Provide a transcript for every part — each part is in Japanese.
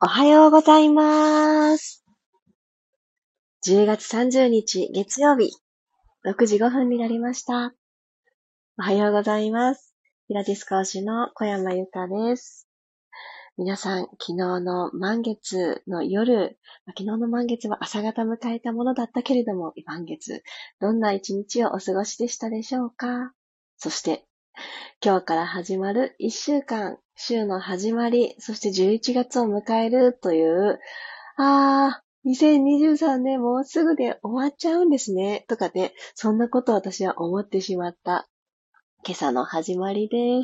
おはようございます。10月30日月曜日、6時5分になりました。おはようございます。ピラティス講師の小山由かです。皆さん、昨日の満月の夜、昨日の満月は朝方迎えたものだったけれども、満月、どんな一日をお過ごしでしたでしょうか？そして、今日から始まる1週間、週の始まり、そして11月を迎えるという、2023年もうすぐで終わっちゃうんですね。とかね、そんなことを私は思ってしまった今朝の始まりです。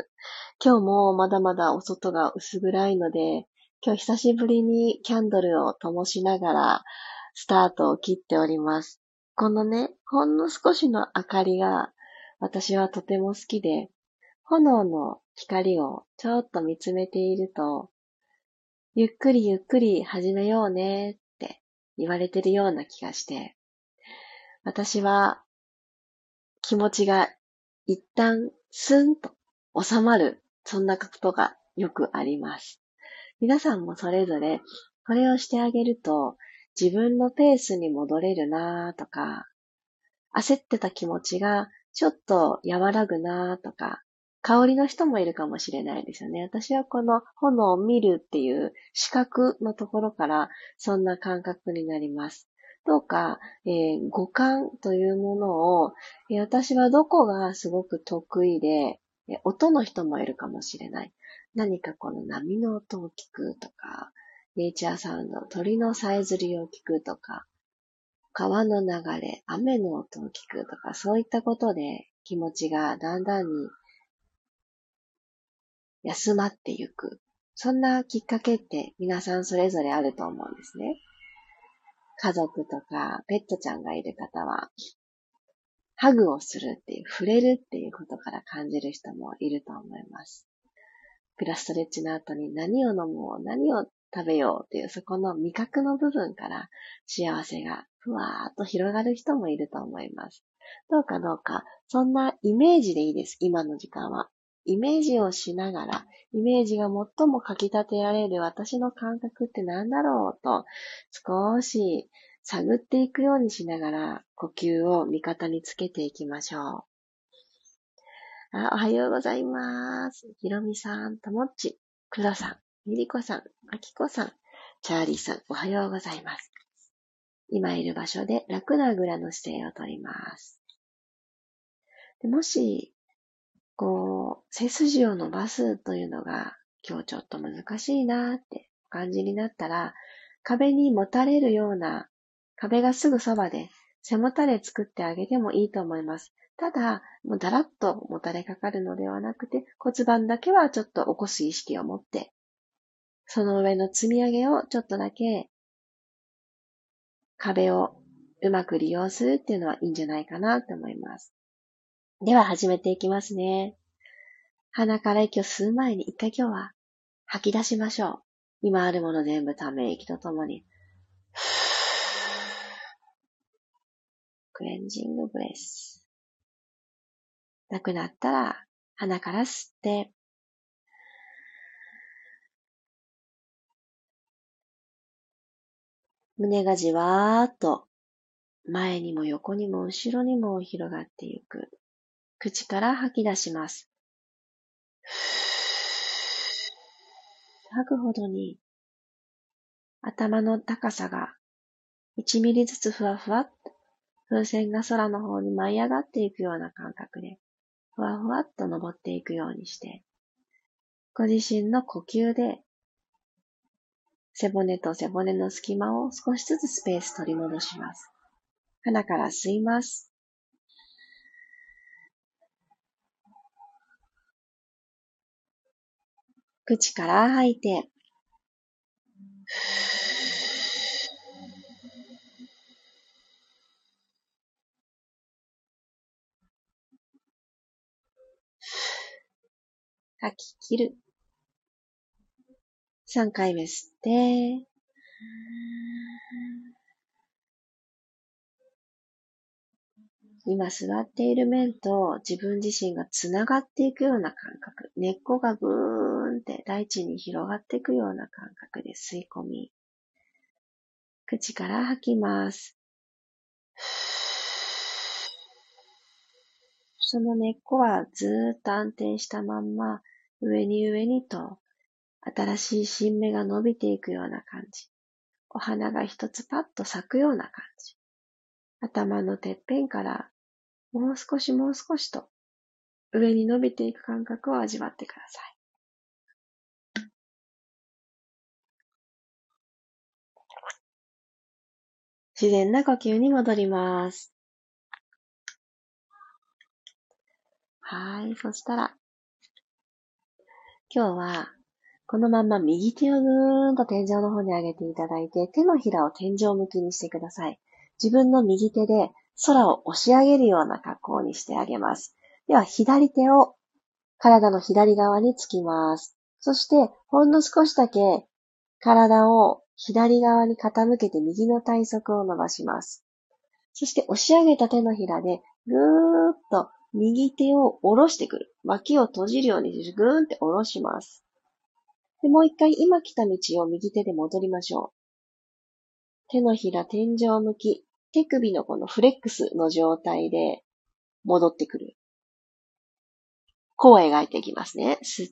今日もまだまだお外が薄暗いので、今日久しぶりにキャンドルを灯しながらスタートを切っております。このね、ほんの少しの明かりが私はとても好きで、炎の光をちょっと見つめていると、ゆっくりゆっくり始めようねって言われてるような気がして、私は気持ちが一旦スンと収まる、そんなことがよくあります。皆さんもそれぞれこれをしてあげると自分のペースに戻れるなとか、焦ってた気持ちがちょっと和らぐなとか、香りの人もいるかもしれないですよね。私はこの炎を見るっていう視覚のところからそんな感覚になります。どうか、五感というものを、私はどこがすごく得意で、音の人もいるかもしれない。何かこの波の音を聞くとか、ネイチャーサウンド、鳥のさえずりを聞くとか、川の流れ、雨の音を聞くとか、そういったことで気持ちがだんだんに休まっていく。そんなきっかけって皆さんそれぞれあると思うんですね。家族とかペットちゃんがいる方は、ハグをするっていう、触れるっていうことから感じる人もいると思います。ピラストレッチの後に何を飲もう、何を食べようっていう、そこの味覚の部分から幸せがふわーっと広がる人もいると思います。どうかどうか、そんなイメージでいいです、今の時間は。イメージをしながら、イメージが最もかき立てられる私の感覚って何だろうと、少し探っていくようにしながら、呼吸を味方につけていきましょう。おはようございます。ひろみさん、ともっち、くろさん、みりこさん、あきこさん、チャーリーさん、おはようございます。今いる場所で楽なあぐらの姿勢をとります。でもし、背筋を伸ばすというのが今日ちょっと難しいなって感じになったら、壁にもたれるような、壁がすぐそばで背もたれ作ってあげてもいいと思います。ただ、もうだらっともたれかかるのではなくて、骨盤だけはちょっと起こす意識を持って、その上の積み上げをちょっとだけ壁をうまく利用するっていうのはいいんじゃないかなと思います。では始めていきますね。鼻から息を吸う前に一回今日は吐き出しましょう。今あるもの全部ため息とともに。クレンジングブレス。なくなったら鼻から吸って、胸がじわーっと前にも横にも後ろにも広がっていく。口から吐き出します。吐くほどに頭の高さが1ミリずつふわふわっと風船が空の方に舞い上がっていくような感覚でふわふわっと登っていくようにして、ご自身の呼吸で背骨と背骨の隙間を少しずつスペース取り戻します。鼻から吸います。口から吐いて、吐き切る。3回目吸って、今座っている面と自分自身がつながっていくような感覚。根っこがぐーーンって大地に広がっていくような感覚で吸い込み、口から吐きます。その根っこはずーっと安定したまんま、上に上にと新しい新芽が伸びていくような感じ。お花が一つパッと咲くような感じ。頭のてっぺんからもう少しもう少しと上に伸びていく感覚を味わってください。自然な呼吸に戻ります。はい。そしたら、今日は、このまんま右手をぐーんと天井の方に上げていただいて、手のひらを天井向きにしてください。自分の右手で空を押し上げるような格好にしてあげます。では、左手を体の左側につきます。そして、ほんの少しだけ体を左側に傾けて右の体側を伸ばします。そして押し上げた手のひらでぐーっと右手を下ろしてくる。脇を閉じるようにぐーんって下ろします。で、もう一回今来た道を右手で戻りましょう。手のひら天井向き、手首のこのフレックスの状態で戻ってくる。こう描いていきますね。吸って、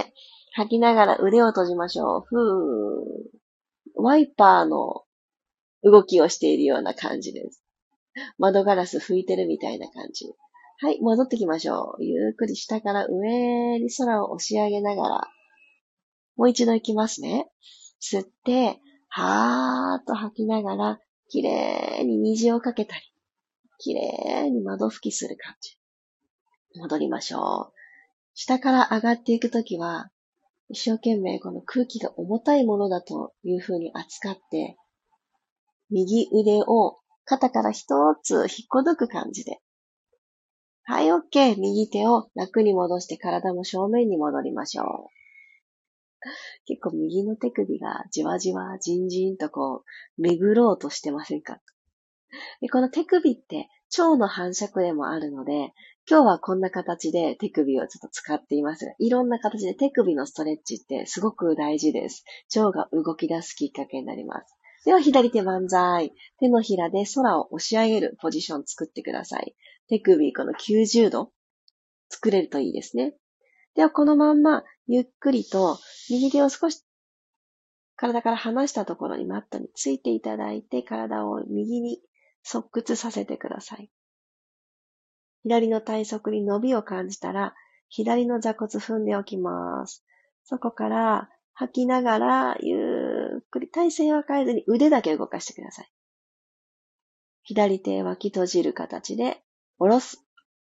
吐きながら腕を閉じましょう。ふー。ワイパーの動きをしているような感じです。窓ガラス拭いてるみたいな感じ。はい、戻ってきましょう。ゆっくり下から上に空を押し上げながら、もう一度行きますね。吸って、はーっと吐きながら、きれいに虹をかけたり、きれいに窓拭きする感じ。戻りましょう。下から上がっていくときは、一生懸命この空気が重たいものだというふうに扱って、右腕を肩から一つ引っこ抜く感じで。はい、OK。右手を楽に戻して体も正面に戻りましょう。結構右の手首がじわじわ、じんじんとこう、巡ろうとしてませんか？で、この手首って腸の反射区でもあるので、今日はこんな形で手首をちょっと使っていますが、いろんな形で手首のストレッチってすごく大事です。腸が動き出すきっかけになります。では左手万歳。手のひらで空を押し上げるポジション作ってください。手首この90度作れるといいですね。ではこのまんまゆっくりと右手を少し体から離したところにマットについていただいて体を右に側屈させてください。左の体側に伸びを感じたら左の座骨踏んでおきます。そこから吐きながらゆっくり体勢は変えずに腕だけ動かしてください。左手脇閉じる形で下ろす。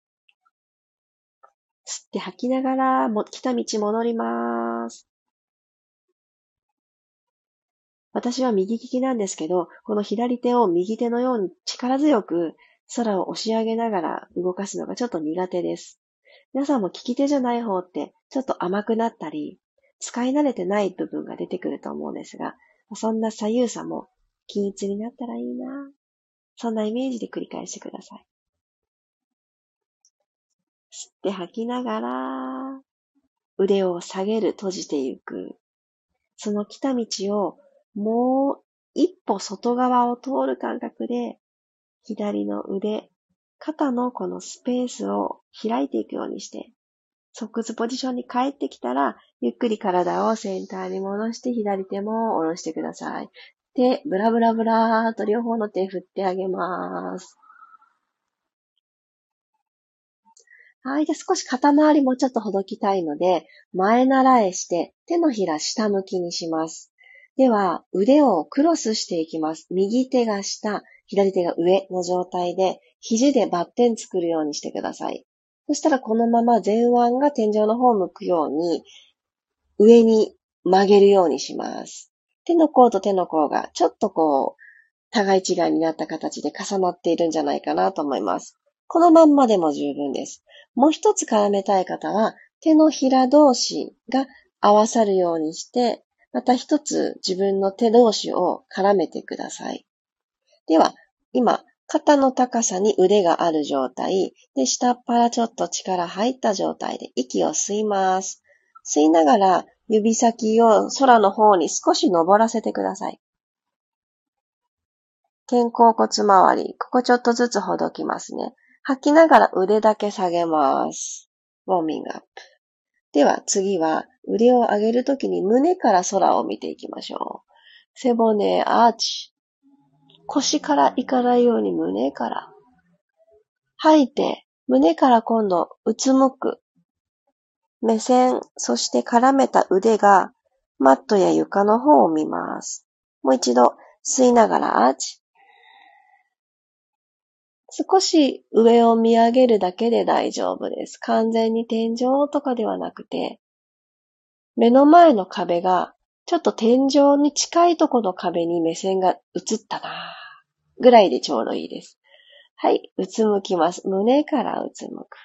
吸って吐きながら来た道戻ります。私は右利きなんですけど、この左手を右手のように力強く空を押し上げながら動かすのがちょっと苦手です。皆さんも利き手じゃない方ってちょっと甘くなったり、使い慣れてない部分が出てくると思うんですが、そんな左右差も均一になったらいいな。そんなイメージで繰り返してください。吸って吐きながら、腕を下げる、閉じていく。その来た道をもう一歩外側を通る感覚で、左の腕、肩のこのスペースを開いていくようにして、側屈ポジションに帰ってきたら、ゆっくり体をセンターに戻して左手も下ろしてください。手、ブラブラブラーと両方の手振ってあげます。はい。で、少し肩周りもちょっとほどきたいので、前習えして手のひら下向きにします。では、腕をクロスしていきます。右手が下、左手が上の状態で、肘でバッテン作るようにしてください。そしたらこのまま前腕が天井の方を向くように、上に曲げるようにします。手の甲と手の甲がちょっとこう、互い違いになった形で重なっているんじゃないかなと思います。このまんまでも十分です。もう一つ絡めたい方は、手のひら同士が合わさるようにして、また一つ自分の手同士を絡めてください。では、今、肩の高さに腕がある状態で、下っ腹ちょっと力入った状態で息を吸います。 吸いながら指先を空の方に少し登らせてください。肩甲骨周り、ここちょっとずつほどきますね。吐きながら腕だけ下げます。ウォーミングアップ。では次は腕を上げるときに胸から空を見ていきましょう。背骨、アーチ。腰からいかないように胸から。吐いて、胸から今度うつむく。目線、そして絡めた腕がマットや床の方を見ます。もう一度吸いながらアーチ。少し上を見上げるだけで大丈夫です。完全に天井とかではなくて、目の前の壁がちょっと天井に近いところの壁に目線が移ったなぐらいでちょうどいいです。はい、うつむきます。胸からうつむく。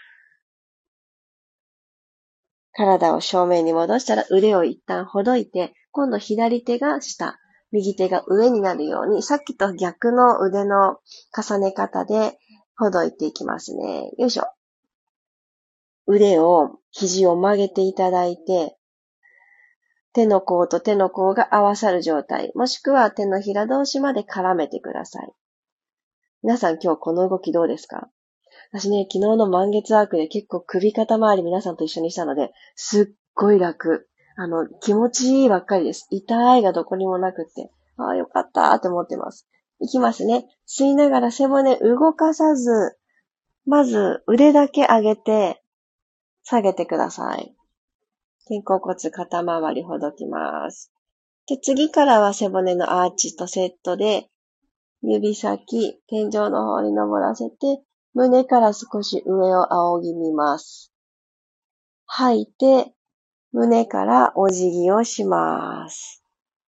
体を正面に戻したら腕を一旦ほどいて、今度左手が下、右手が上になるように、さっきと逆の腕の重ね方でほどいていきますね。よいしょ。腕を、肘を曲げていただいて、手の甲と手の甲が合わさる状態、もしくは手のひら同士まで絡めてください。皆さん今日この動きどうですか？私ね、昨日の満月ワークで結構首肩周り皆さんと一緒にしたので、すっごい楽。気持ちいいばっかりです。痛いがどこにもなくって。ああ、よかったーって思ってます。いきますね。吸いながら背骨動かさず、まず腕だけ上げて、下げてください。肩甲骨肩周りほどきます。で、次からは背骨のアーチとセットで、指先、天井の方に登らせて、胸から少し上を仰ぎ見ます。吐いて、胸からお辞儀をします。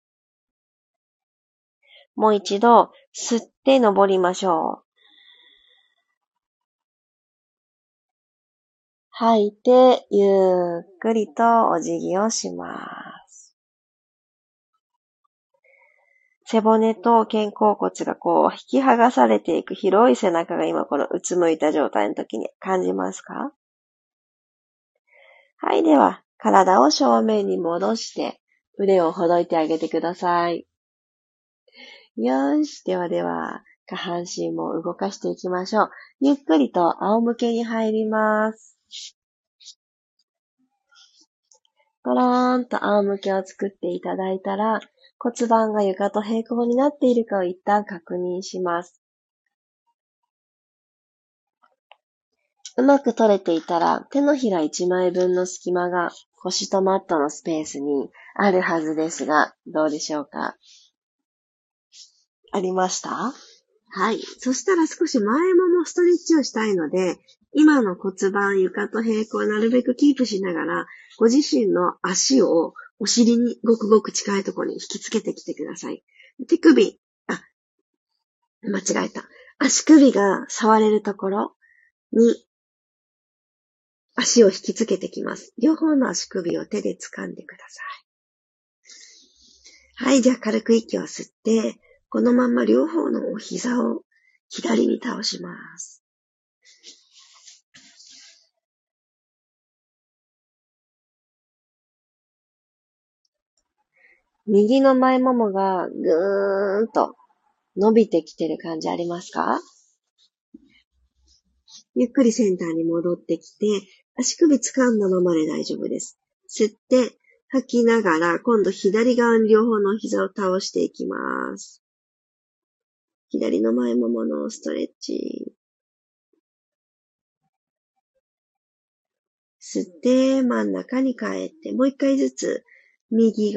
もう一度、吸って登りましょう。吐いて、ゆっくりとお辞儀をします。背骨と肩甲骨がこう引き剥がされていく広い背中が今このうつむいた状態の時に感じますか？はい、では体を正面に戻して腕をほどいてあげてください。よーし、では下半身も動かしていきましょう。ゆっくりと仰向けに入ります。ゴローンと仰向けを作っていただいたら、骨盤が床と平行になっているかを一旦確認します。うまく取れていたら、手のひら1枚分の隙間が腰とマットのスペースにあるはずですが、どうでしょうか？ありました？はい。そしたら少し前ももストレッチをしたいので、今の骨盤床と平行をなるべくキープしながら、ご自身の足をお尻にごくごく近いところに引きつけてきてください。手首、間違えた。足首が触れるところに足を引きつけてきます。両方の足首を手で掴んでください。はい、じゃあ軽く息を吸って、このまま両方のお膝を左に倒します。右の前ももがぐーんと伸びてきてる感じありますか？ゆっくりセンターに戻ってきて、足首掴んだままで大丈夫です。吸って、吐きながら、今度左側に両方の膝を倒していきます。左の前もものストレッチ。吸って、真ん中に帰って、もう一回ずつ、右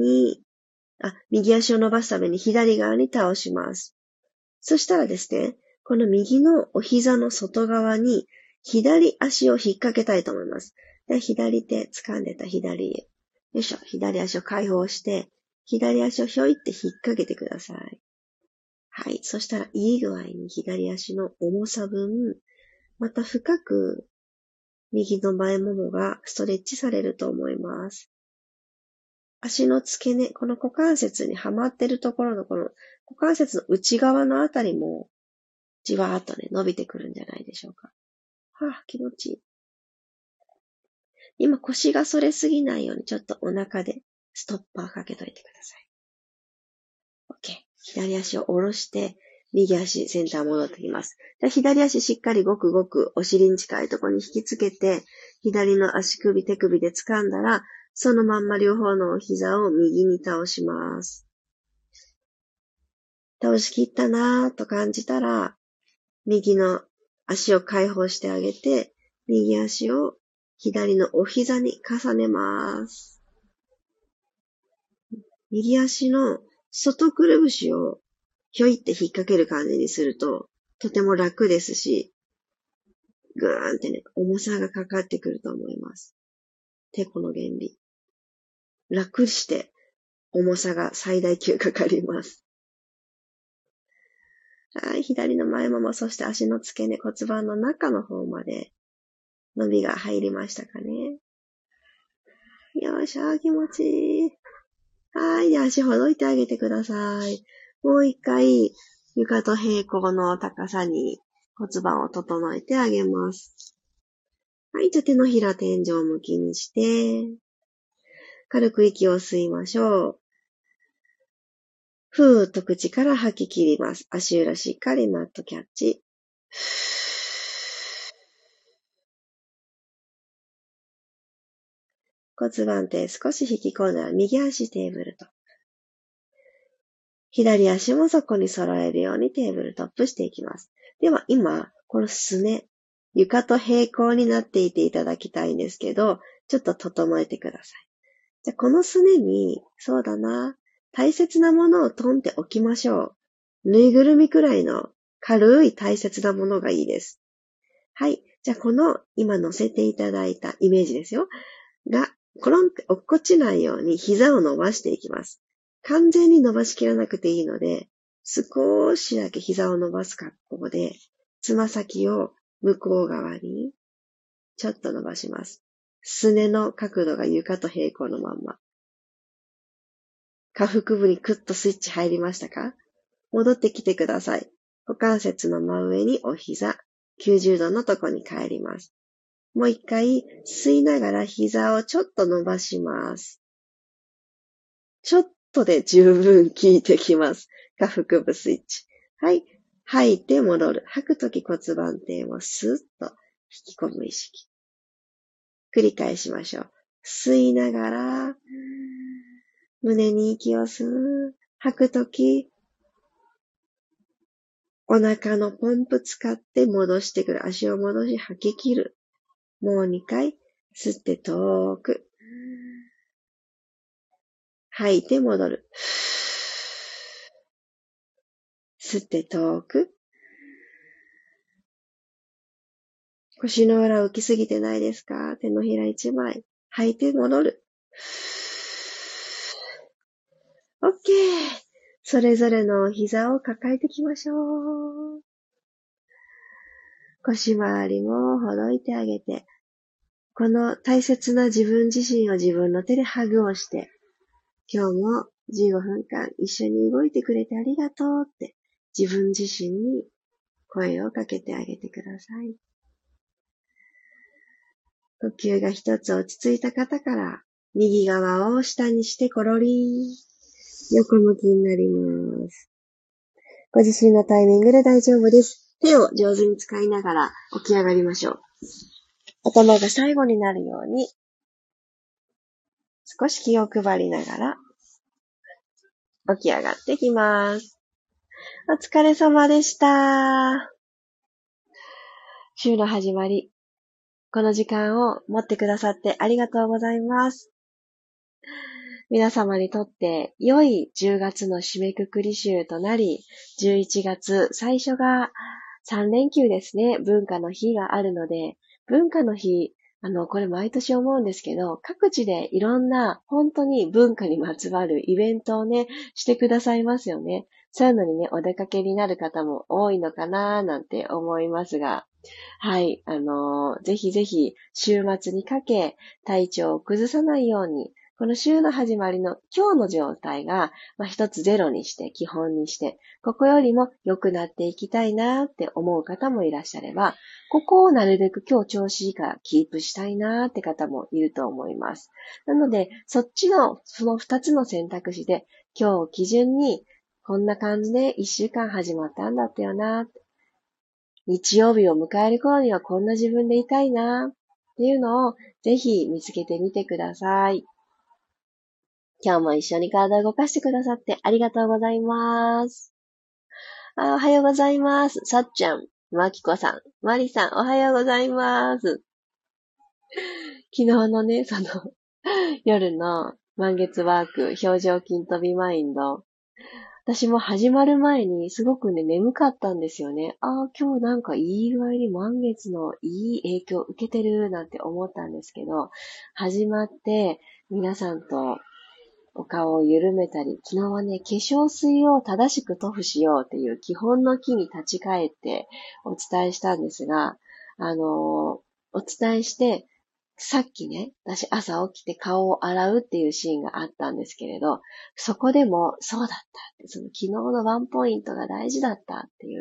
足を伸ばすために左側に倒します。そしたらですね、この右のお膝の外側に左足を引っ掛けたいと思います。で、左手掴んでた左へ。よいしょ。左足を解放して、左足をひょいって引っ掛けてください。はい。そしたらいい具合に左足の重さ分、また深く右の前ももがストレッチされると思います。足の付け根、この股関節にはまってるところのこの股関節の内側のあたりもじわーっとね、伸びてくるんじゃないでしょうか。はぁ、気持ちいい。 今腰が反れすぎないようにちょっとお腹でストッパーかけといてください。OK。左足を下ろして、右足センター戻ってきます。じゃあ左足しっかりごくごくお尻に近いところに引きつけて、左の足首、手首で掴んだら、そのまんま両方のお膝を右に倒します。倒しきったなぁと感じたら、右の足を解放してあげて、右足を左のお膝に重ねます。右足の外くるぶしをひょいって引っ掛ける感じにすると、とても楽ですし、ぐーんってね、重さがかかってくると思います。てこの原理。楽して重さが最大級かかります。はい、左の前もも、そして足の付け根、骨盤の中の方まで伸びが入りましたかね。よいしょ、気持ちいい。はい、で足ほどいてあげてください。もう一回、床と平行の高さに骨盤を整えてあげます。はい、じゃあ手のひら天井向きにして、軽く息を吸いましょう。ふーっと口から吐き切ります。足裏しっかりマットキャッチ。骨盤底少し引き込んだら右足テーブルトップ。左足もそこに揃えるようにテーブルトップしていきます。では今、このすね、床と平行になっていていただきたいんですけど、ちょっと整えてください。じゃあこのすねに、そうだな、大切なものをトンって置きましょう。ぬいぐるみくらいの軽い大切なものがいいです。はい。じゃあこの今乗せていただいたイメージですよ。が、コロンって落っこちないように膝を伸ばしていきます。完全に伸ばしきらなくていいので、少しだけ膝を伸ばす格好で、つま先を向こう側にちょっと伸ばします。すねの角度が床と平行のまんま。下腹部にクッとスイッチ入りましたか？戻ってきてください。股関節の真上にお膝、90度のとこに帰ります。もう一回、吸いながら膝をちょっと伸ばします。ちょっとで十分効いてきます。下腹部スイッチ。はい。吐いて戻る。吐くとき骨盤底をスッと引き込む意識。繰り返しましょう。吸いながら、胸に息を吸う。吐くとき、お腹のポンプ使って戻してくる。足を戻し吐き切る。もう2回、吸って遠く。吐いて戻る。吸って遠く。腰の裏浮きすぎてないですか？手のひら1枚。吐いて戻る。OK。それぞれの膝を抱えていきましょう。腰回りもほどいてあげて、この大切な自分自身を自分の手でハグをして、今日も15分間一緒に動いてくれてありがとうって自分自身に声をかけてあげてください。呼吸が一つ落ち着いた方から右側を下にしてコロリー横向きになります。ご自身のタイミングで大丈夫です。手を上手に使いながら起き上がりましょう。頭が最後になるように少し気を配りながら起き上がってきます。お疲れ様でした。週の始まり、この時間を持ってくださってありがとうございます。皆様にとって良い10月の締めくくり週となり、11月最初が3連休ですね。文化の日があるので、文化の日、これ毎年思うんですけど、各地でいろんな本当に文化にまつわるイベントをね、してくださいますよね。そういうのにね、お出かけになる方も多いのかななんて思いますが、はい、ぜひぜひ週末にかけ体調を崩さないように、 この週の始まりの今日の状態が、一つゼロにして、基本にして、ここよりも良くなっていきたいなって思う方もいらっしゃれば、ここをなるべく今日調子いいからキープしたいなって方もいると思います。なので、その二つの選択肢で、今日を基準に、こんな感じで一週間始まったんだったよな。日曜日を迎える頃にはこんな自分でいたいなっていうのをぜひ見つけてみてください。今日も一緒に体を動かしてくださってありがとうございます。おはようございます。さっちゃん、まきこさん、まりさん、おはようございます。昨日のね、夜の満月ワーク、表情筋飛びマインド、私も始まる前にすごくね、眠かったんですよね。今日なんかいい具合に満月のいい影響を受けてるなんて思ったんですけど、始まって皆さんとお顔を緩めたり、昨日はね、化粧水を正しく塗布しようっていう基本の木に立ち返ってお伝えしたんですが、お伝えして、さっきね、私朝起きて顔を洗うっていうシーンがあったんですけれど、そこでもそうだったって、その昨日のワンポイントが大事だったっていう、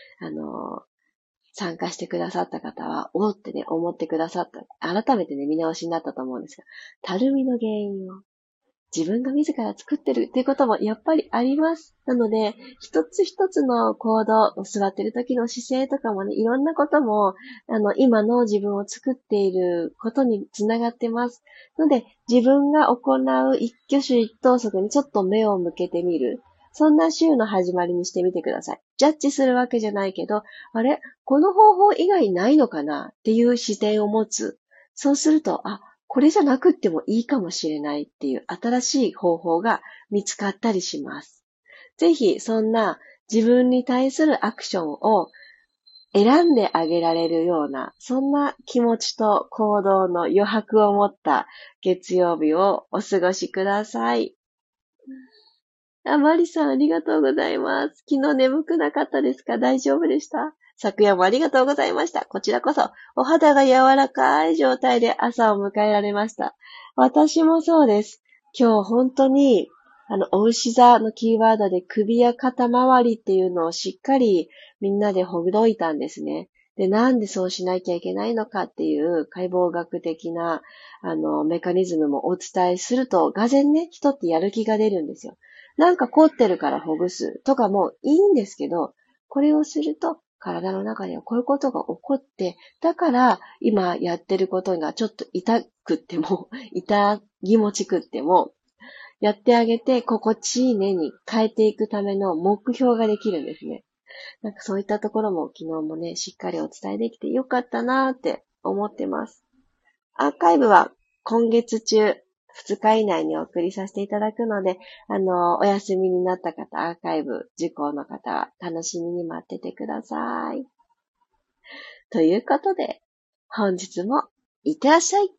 参加してくださった方は、おーってね、思ってくださった。改めてね、見直しになったと思うんですが、たるみの原因を自分が自ら作ってるっていうこともやっぱりあります。なので、一つ一つの行動、座ってる時の姿勢とかもね、いろんなことも、今の自分を作っていることにつながってます。ので、自分が行う一挙手一投足にちょっと目を向けてみる。そんな週の始まりにしてみてください。ジャッジするわけじゃないけど、あれこの方法以外ないのかなっていう視点を持つ。そうすると、これじゃなくってもいいかもしれないっていう新しい方法が見つかったりします。ぜひそんな自分に対するアクションを選んであげられるような、そんな気持ちと行動の余白を持った月曜日をお過ごしください。マリさんありがとうございます。昨日眠くなかったですか？大丈夫でした？昨夜もありがとうございました。こちらこそ、お肌が柔らかい状態で朝を迎えられました。私もそうです。今日本当に、お牛座のキーワードで首や肩周りっていうのをしっかりみんなでほどいたんですね。で、なんでそうしなきゃいけないのかっていう解剖学的な、メカニズムもお伝えすると、がぜんね、人ってやる気が出るんですよ。なんか凝ってるからほぐすとかもいいんですけど、これをすると体の中ではこういうことが起こって、だから今やってることがちょっと痛くっても、痛気持ちくっても、やってあげて心地いいねに変えていくための目標ができるんですね。なんかそういったところも昨日もね、しっかりお伝えできてよかったなーって思ってます。アーカイブは今月中、2日以内にお送りさせていただくので、お休みになった方、アーカイブ受講の方は楽しみに待っててください。ということで、本日もいってらっしゃい。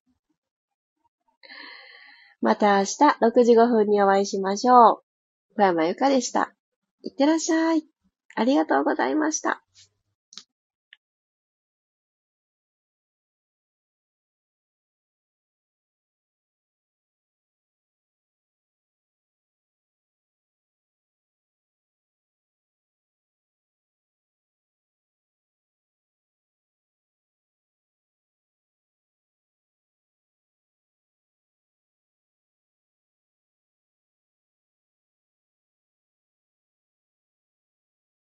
また明日6時5分にお会いしましょう。小山由かでした。いってらっしゃい。ありがとうございました。